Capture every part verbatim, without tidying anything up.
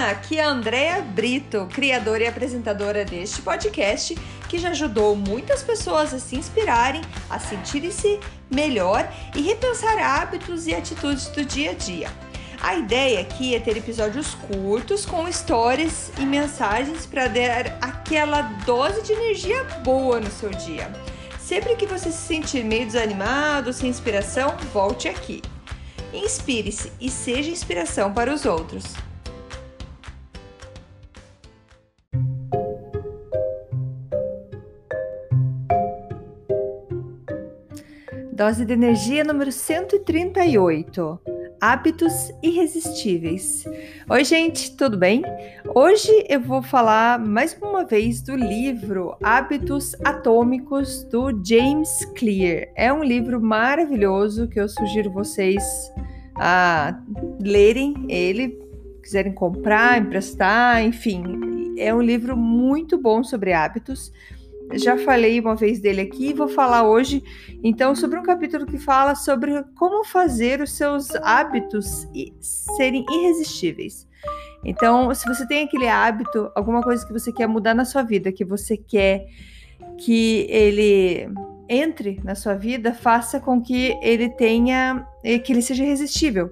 Olá, aqui é a Andrea Brito, criadora e apresentadora deste podcast, que já ajudou muitas pessoas a se inspirarem, a sentirem-se melhor e repensar hábitos e atitudes do dia a dia. A ideia aqui é ter episódios curtos com histórias e mensagens para dar aquela dose de energia boa no seu dia. Sempre que você se sentir meio desanimado, sem inspiração, volte aqui. Inspire-se e seja inspiração para os outros. Dose de energia número cento e trinta e oito. Hábitos irresistíveis. Oi, gente, tudo bem? Hoje eu vou falar mais uma vez do livro Hábitos Atômicos do James Clear. É um livro maravilhoso que eu sugiro vocês a lerem ele, quiserem comprar, emprestar, enfim. É um livro muito bom sobre hábitos. Já falei uma vez dele aqui e vou falar hoje, então, sobre um capítulo que fala sobre como fazer os seus hábitos serem irresistíveis. Então, se você tem aquele hábito, alguma coisa que você quer mudar na sua vida, que você quer que ele entre na sua vida, faça com que ele tenha, que ele seja irresistível.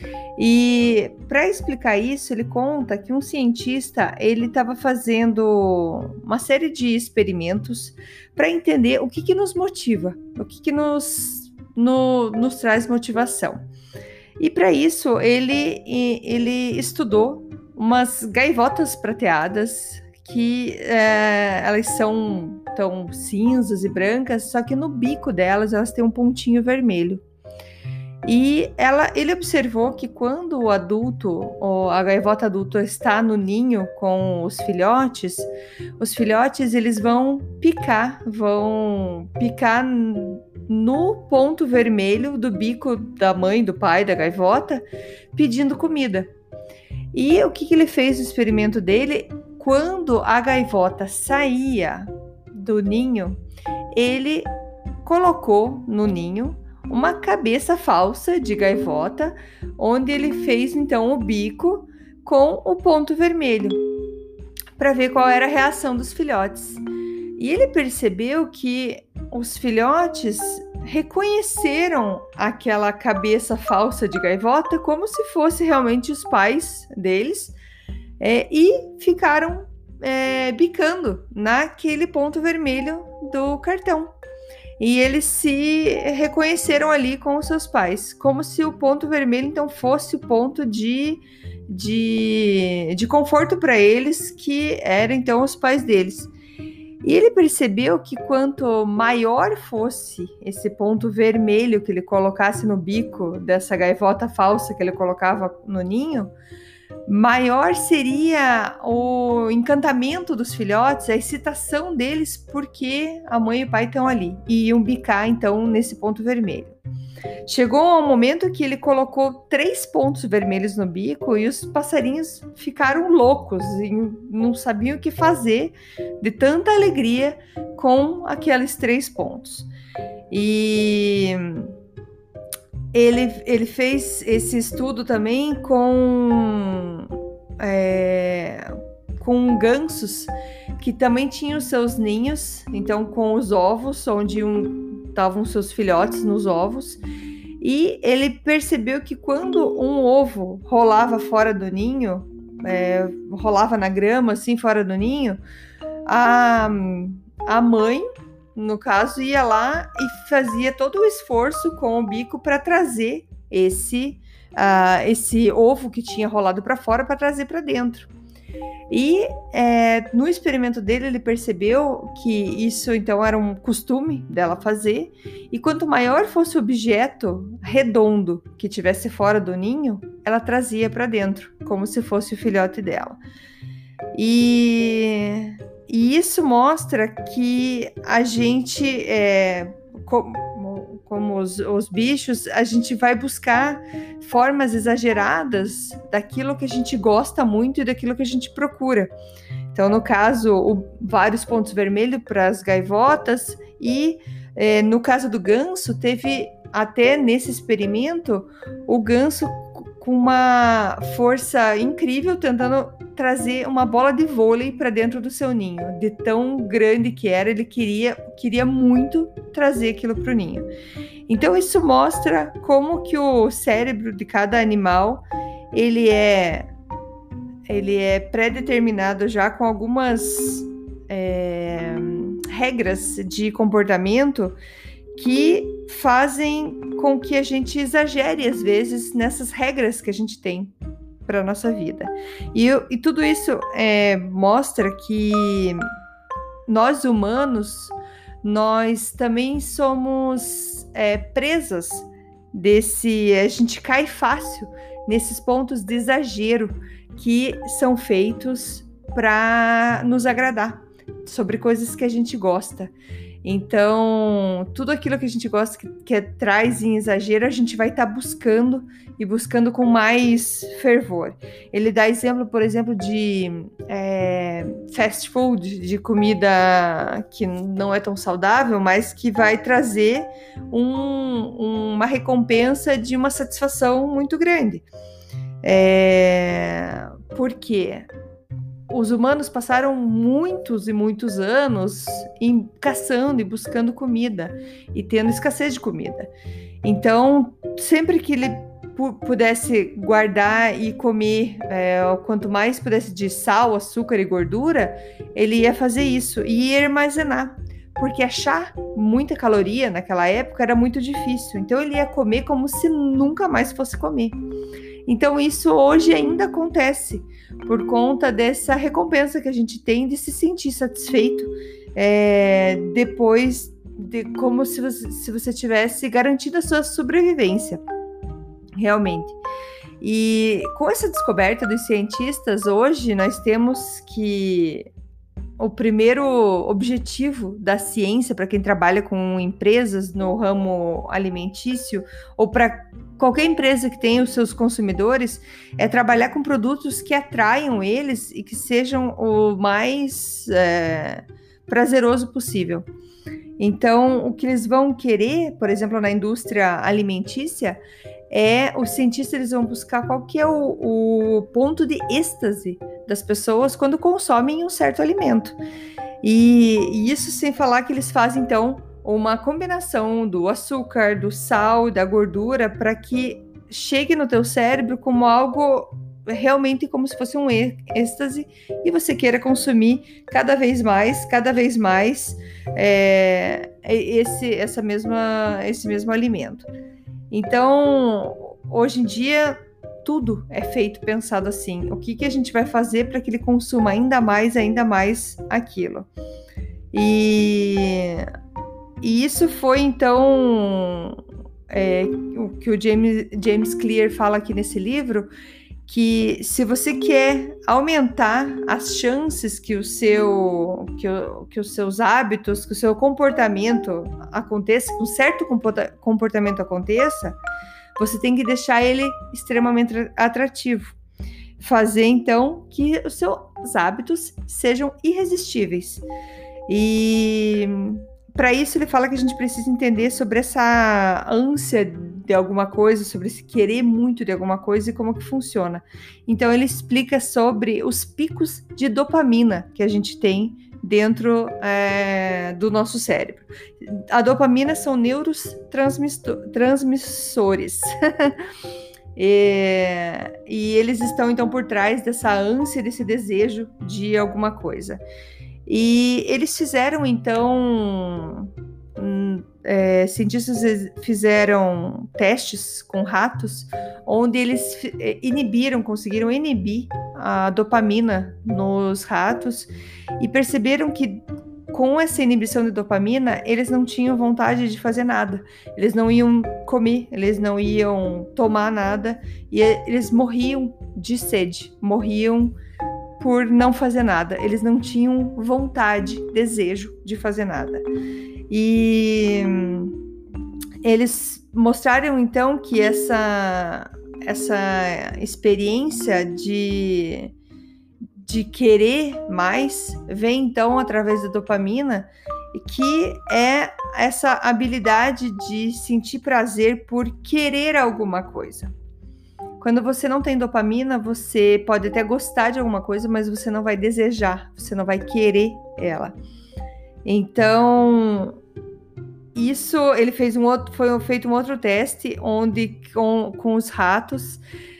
E para explicar isso, ele conta que um cientista ele estava fazendo uma série de experimentos para entender o que, que nos motiva, o que, que nos, no, nos traz motivação. E para isso ele, ele estudou umas gaivotas prateadas que é, elas são tão cinzas e brancas, só que no bico delas elas têm um pontinho vermelho. E ela, ele observou que quando o adulto, ou a gaivota adulta está no ninho com os filhotes, os filhotes eles vão picar, vão picar no ponto vermelho do bico da mãe, do pai, da gaivota, pedindo comida. E o que, que ele fez no experimento dele? Quando a gaivota saía do ninho, ele colocou no ninho uma cabeça falsa de gaivota, onde ele fez então o bico com o ponto vermelho, para ver qual era a reação dos filhotes. E ele percebeu que os filhotes reconheceram aquela cabeça falsa de gaivota como se fosse realmente os pais deles, é, e ficaram é, bicando naquele ponto vermelho do cartão. E eles se reconheceram ali com os seus pais, como se o ponto vermelho, então, fosse o ponto de, de, de conforto para eles, que eram, então, os pais deles. E ele percebeu que quanto maior fosse esse ponto vermelho que ele colocasse no bico dessa gaivota falsa que ele colocava no ninho, maior seria o encantamento dos filhotes, a excitação deles, porque a mãe e o pai estão ali e iam bicar então nesse ponto vermelho. Chegou um momento que ele colocou três pontos vermelhos no bico e os passarinhos ficaram loucos e não sabiam o que fazer de tanta alegria com aqueles três pontos. E Ele, ele fez esse estudo também com, é, com gansos que também tinham seus ninhos, então com os ovos, onde um, estavam seus filhotes nos ovos, e ele percebeu que quando um ovo rolava fora do ninho, é, rolava na grama, assim, fora do ninho, a, a mãe, no caso, ia lá e fazia todo o esforço com o bico para trazer esse, uh, esse ovo que tinha rolado para fora para trazer para dentro. E é, no experimento dele, ele percebeu que isso, então, era um costume dela fazer. E quanto maior fosse o objeto redondo que tivesse fora do ninho, ela trazia para dentro, como se fosse o filhote dela. E... E isso mostra que a gente, é, como, como os, os bichos, a gente vai buscar formas exageradas daquilo que a gente gosta muito e daquilo que a gente procura. Então, no caso, o, vários pontos vermelhos para as gaivotas e, é, no caso do ganso, teve até nesse experimento, o ganso com uma força incrível, tentando trazer uma bola de vôlei para dentro do seu ninho. De tão grande que era, ele queria, queria muito trazer aquilo para o ninho. Então isso mostra como que o cérebro de cada animal ele é, ele é pré-determinado já com algumas é, regras de comportamento que fazem com que a gente exagere, às vezes, nessas regras que a gente tem para a nossa vida. E, e tudo isso é, mostra que nós humanos, nós também somos é, presas desse... A gente cai fácil nesses pontos de exagero que são feitos para nos agradar, sobre coisas que a gente gosta. Então, tudo aquilo que a gente gosta, que, que traz em exagero, a gente vai estar tá buscando e buscando com mais fervor. Ele dá exemplo, por exemplo, de é, fast food, de comida que não é tão saudável, mas que vai trazer um, uma recompensa de uma satisfação muito grande. É, por quê? Os humanos passaram muitos e muitos anos em, caçando e buscando comida e tendo escassez de comida. Então, sempre que ele pu- pudesse guardar e comer, é, quanto mais pudesse de sal, açúcar e gordura, ele ia fazer isso e ia armazenar. Porque achar muita caloria naquela época era muito difícil. Então, ele ia comer como se nunca mais fosse comer. Então, isso hoje ainda acontece por conta dessa recompensa que a gente tem de se sentir satisfeito é, depois, de, como se você, se você tivesse garantido a sua sobrevivência, realmente. E com essa descoberta dos cientistas, hoje nós temos que o primeiro objetivo da ciência para quem trabalha com empresas no ramo alimentício ou para qualquer empresa que tenha os seus consumidores é trabalhar com produtos que atraiam eles e que sejam o mais é, prazeroso possível. Então, o que eles vão querer, por exemplo, na indústria alimentícia, é os cientistas eles vão buscar qual que é o, o ponto de êxtase das pessoas quando consomem um certo alimento. E, e isso sem falar que eles fazem, então, uma combinação do açúcar, do sal e da gordura para que chegue no teu cérebro como algo realmente como se fosse um êxtase e você queira consumir cada vez mais, cada vez mais é, esse, essa mesma, esse mesmo alimento. Então, hoje em dia, tudo é feito pensado assim. O que, que a gente vai fazer para que ele consuma ainda mais, ainda mais aquilo? E... E isso foi, então, é, o que o James, James Clear fala aqui nesse livro, que se você quer aumentar as chances que, o seu, que, o, que os seus hábitos, que o seu comportamento aconteça, que um certo comportamento aconteça, você tem que deixar ele extremamente atrativo. Fazer, então, que os seus hábitos sejam irresistíveis. E... Para isso, ele fala que a gente precisa entender sobre essa ânsia de alguma coisa, sobre esse querer muito de alguma coisa e como que funciona. Então, ele explica sobre os picos de dopamina que a gente tem dentro é, do nosso cérebro. A dopamina são neurotransmissores. e, e eles estão, então, por trás dessa ânsia, desse desejo de alguma coisa. E eles fizeram, então, é, cientistas fizeram testes com ratos, onde eles inibiram, conseguiram inibir a dopamina nos ratos e perceberam que com essa inibição de dopamina, eles não tinham vontade de fazer nada. Eles não iam comer, eles não iam tomar nada e eles morriam de sede, morriam por não fazer nada. Eles não tinham vontade, desejo de fazer nada. E eles mostraram, então, que essa, essa experiência de, de querer mais vem, então, através da dopamina, que é essa habilidade de sentir prazer por querer alguma coisa. Quando você não tem dopamina, você pode até gostar de alguma coisa, mas você não vai desejar, você não vai querer ela. Então, isso, ele fez um outro, foi feito um outro teste, onde com, com os ratos,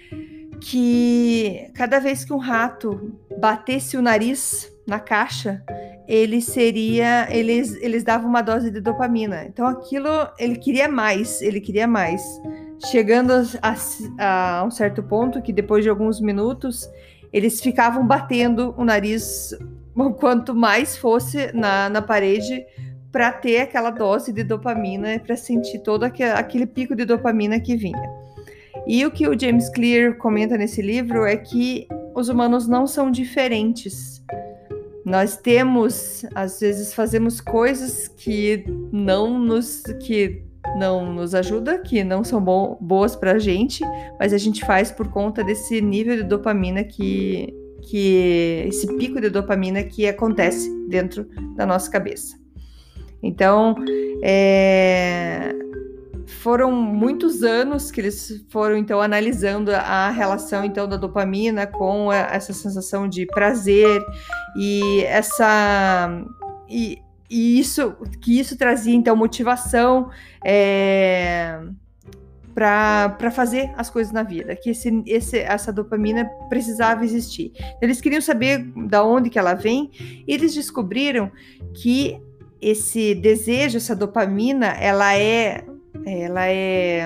que cada vez que um rato batesse o nariz na caixa, ele seria, eles, eles davam uma dose de dopamina. Então aquilo, ele queria mais, ele queria mais. Chegando a, a um certo ponto que depois de alguns minutos, eles ficavam batendo o nariz quanto mais fosse na, na parede, para ter aquela dose de dopamina, para sentir todo aquele, aquele pico de dopamina que vinha. E o que o James Clear comenta nesse livro é que os humanos não são diferentes. Nós temos, às vezes, fazemos coisas que não nos, que não nos ajudam, que não são bo- boas para a gente, mas a gente faz por conta desse nível de dopamina que, que esse pico de dopamina que acontece dentro da nossa cabeça. Então, é, foram muitos anos que eles foram, então, analisando a relação, então, da dopamina com a, essa sensação de prazer e essa... E, e isso, que isso trazia, então, motivação é, para fazer as coisas na vida, que esse, esse, essa dopamina precisava existir. Eles queriam saber de onde que ela vem, e eles descobriram que esse desejo, essa dopamina, ela é, ela é,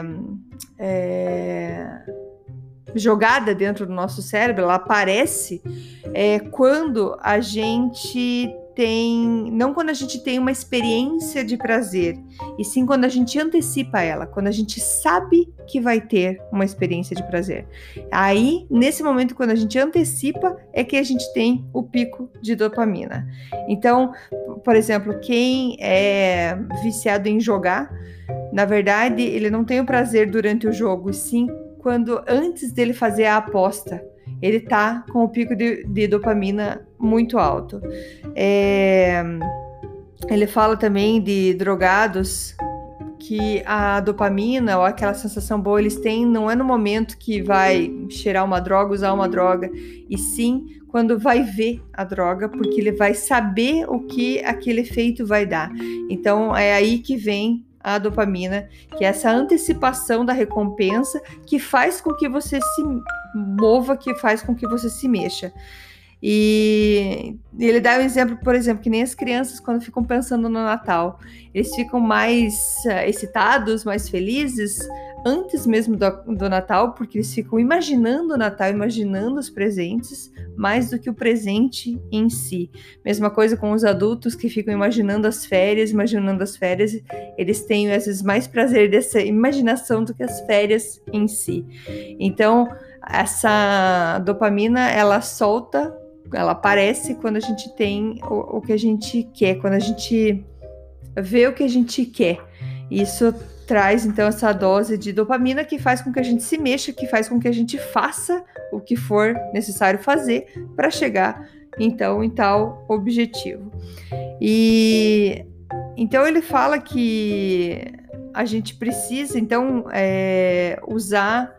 é jogada dentro do nosso cérebro, ela aparece é, quando a gente tem, não quando a gente tem uma experiência de prazer, e sim quando a gente antecipa ela, quando a gente sabe que vai ter uma experiência de prazer. Aí, nesse momento, quando a gente antecipa, é que a gente tem o pico de dopamina. Então, por exemplo, quem é viciado em jogar, na verdade, ele não tem o prazer durante o jogo, e sim quando antes dele fazer a aposta, ele tá com o pico de, de dopamina muito alto. É, ele fala também de drogados que a dopamina ou aquela sensação boa eles têm não é no momento que vai cheirar uma droga, usar uma droga, e sim quando vai ver a droga, porque ele vai saber o que aquele efeito vai dar. Então é aí que vem a dopamina, que é essa antecipação da recompensa que faz com que você se mova, que faz com que você se mexa. E ele dá um exemplo, por exemplo, que nem as crianças quando ficam pensando no Natal, eles ficam mais uh, excitados, mais felizes antes mesmo do, do Natal, porque eles ficam imaginando o Natal, imaginando os presentes, mais do que o presente em si. Mesma coisa com os adultos que ficam imaginando as férias, imaginando as férias, eles têm às vezes mais prazer dessa imaginação do que as férias em si. Então, essa dopamina, ela solta, ela aparece quando a gente tem o, o que a gente quer, quando a gente vê o que a gente quer. Isso traz, então, essa dose de dopamina que faz com que a gente se mexa, que faz com que a gente faça o que for necessário fazer para chegar, então, em tal objetivo. E então ele fala que a gente precisa, então, é, usar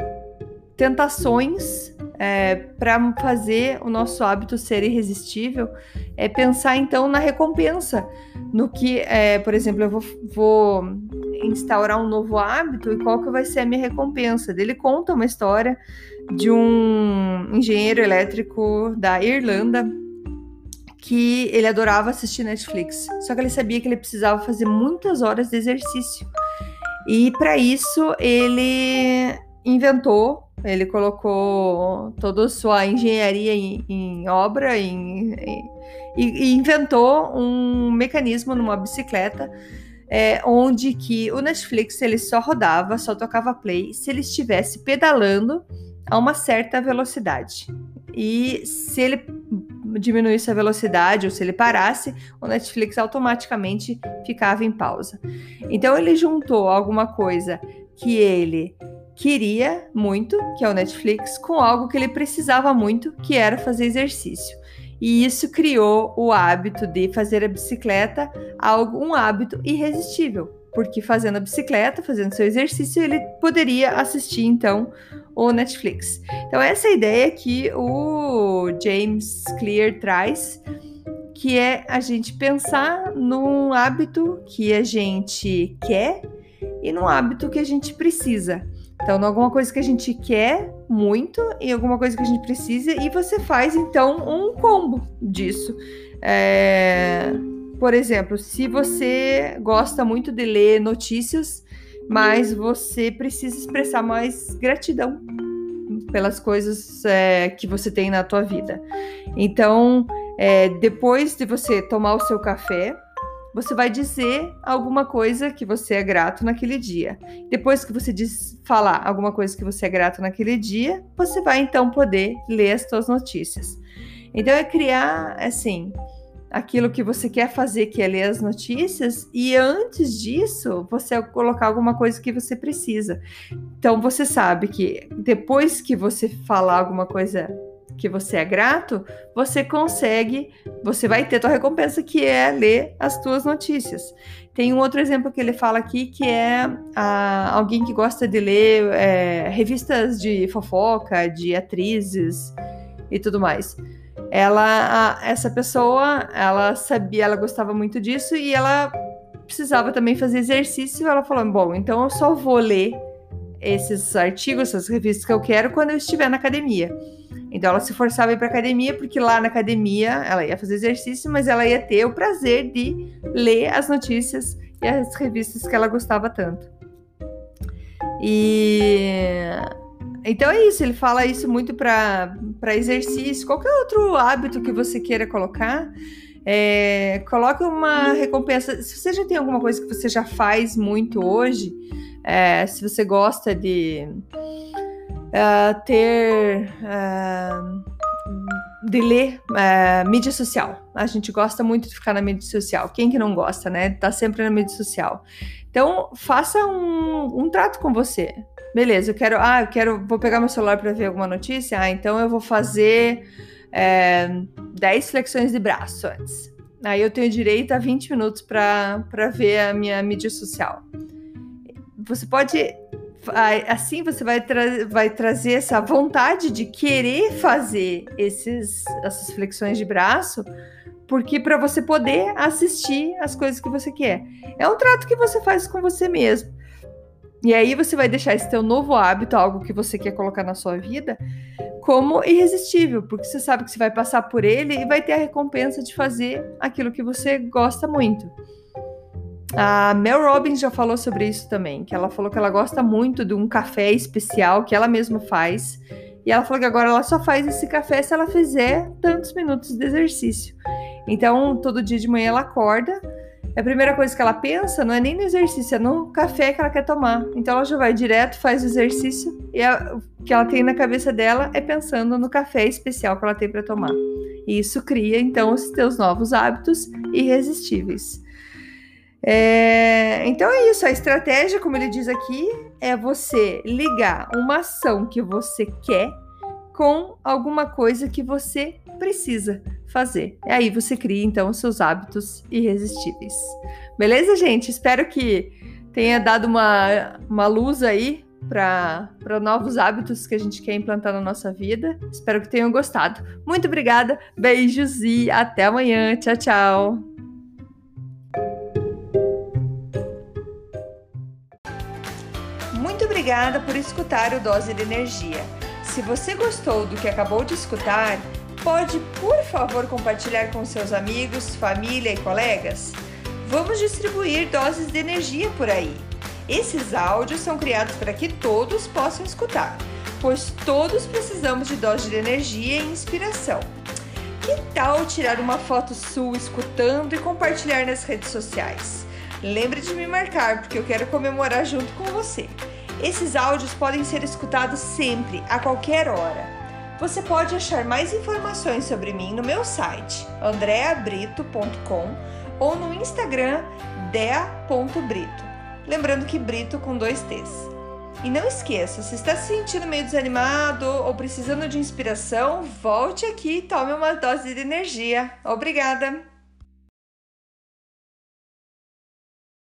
tentações é, para fazer o nosso hábito ser irresistível, é pensar então na recompensa, no que, é, por exemplo, eu vou, vou instaurar um novo hábito e qual que vai ser a minha recompensa. Ele conta uma história de um engenheiro elétrico da Irlanda que ele adorava assistir Netflix, só que ele sabia que ele precisava fazer muitas horas de exercício, e para isso ele inventou, ele colocou toda a sua engenharia em, em obra em, em, e inventou um mecanismo numa bicicleta é, onde que o Netflix ele só rodava, só tocava play se ele estivesse pedalando a uma certa velocidade. E se ele diminuísse a velocidade ou se ele parasse, o Netflix automaticamente ficava em pausa. Então ele juntou alguma coisa que ele queria muito, que é o Netflix, com algo que ele precisava muito, que era fazer exercício. E isso criou o hábito de fazer a bicicleta algo, um hábito irresistível. porque fazendo a bicicleta, fazendo seu exercício, ele poderia assistir, então, o Netflix. Então, essa é a ideia que o James Clear traz, que é a gente pensar num hábito que a gente quer e num hábito que a gente precisa. Então, alguma coisa que a gente quer muito e alguma coisa que a gente precisa, e você faz, então, um combo disso. É... Por exemplo, se você gosta muito de ler notícias, mas você precisa expressar mais gratidão pelas coisas é, que você tem na tua vida. Então, é, depois de você tomar o seu café, você vai dizer alguma coisa que você é grato naquele dia. Depois que você diz, falar alguma coisa que você é grato naquele dia, você vai então poder ler as suas notícias. Então é criar, assim, aquilo que você quer fazer, que é ler as notícias, e antes disso, você colocar alguma coisa que você precisa. Então você sabe que depois que você falar alguma coisa que você é grato, você consegue, você vai ter tua recompensa, que é ler as tuas notícias. Tem um outro exemplo que ele fala aqui, que é a, alguém que gosta de ler é, revistas de fofoca, de atrizes e tudo mais. Ela, a, essa pessoa, ela sabia, ela gostava muito disso e ela precisava também fazer exercício. Ela falou, bom, então eu só vou ler esses artigos, essas revistas que eu quero quando eu estiver na academia. Então ela se forçava a ir para academia, porque lá na academia ela ia fazer exercício, mas ela ia ter o prazer de ler as notícias e as revistas que ela gostava tanto. E então é isso, ele fala isso muito para exercício. Qualquer outro hábito que você queira colocar, é, coloque uma recompensa. Se você já tem alguma coisa que você já faz muito hoje, é, se você gosta de uh, ter uh, de ler uh, mídia social, a gente gosta muito de ficar na mídia social. Quem que não gosta, né? Tá sempre na mídia social. Então faça um, um trato com você. Beleza, eu quero, ah, eu quero, vou pegar meu celular para ver alguma notícia, ah, então eu vou fazer é, dez flexões de braço antes. Aí eu tenho direito a vinte minutos para ver a minha mídia social. Você pode, assim você vai, tra vai trazer essa vontade de querer fazer esses, essas flexões de braço, porque para você poder assistir as coisas que você quer. É um trato que você faz com você mesmo. E aí você vai deixar esse teu novo hábito, algo que você quer colocar na sua vida, como irresistível, porque você sabe que você vai passar por ele e vai ter a recompensa de fazer aquilo que você gosta muito. A Mel Robbins já falou sobre isso também, que ela falou que ela gosta muito de um café especial que ela mesma faz, e ela falou que agora ela só faz esse café se ela fizer tantos minutos de exercício. Então, todo dia de manhã ela acorda, a primeira coisa que ela pensa não é nem no exercício, é no café que ela quer tomar. Então ela já vai direto, faz o exercício e a, o que ela tem na cabeça dela é pensando no café especial que ela tem para tomar. E isso cria, então, os teus novos hábitos irresistíveis. É, então é isso, a estratégia, como ele diz aqui, é você ligar uma ação que você quer com alguma coisa que você precisa fazer. E aí você cria, então, os seus hábitos irresistíveis. Beleza, gente? Espero que tenha dado uma, uma luz aí para novos hábitos que a gente quer implantar na nossa vida. Espero que tenham gostado. Muito obrigada, beijos e até amanhã. Tchau, tchau! Muito obrigada por escutar o Dose de Energia. Se você gostou do que acabou de escutar, pode, por favor, compartilhar com seus amigos, família e colegas? Vamos distribuir doses de energia por aí. Esses áudios são criados para que todos possam escutar, pois todos precisamos de doses de energia e inspiração. Que tal tirar uma foto sua escutando e compartilhar nas redes sociais? Lembre de me marcar, porque eu quero comemorar junto com você. Esses áudios podem ser escutados sempre, a qualquer hora. Você pode achar mais informações sobre mim no meu site, andrea brito ponto com, ou no Instagram, dea ponto brito. Lembrando que Brito com dois T's. E não esqueça, se está se sentindo meio desanimado ou precisando de inspiração, volte aqui e tome uma dose de energia. Obrigada!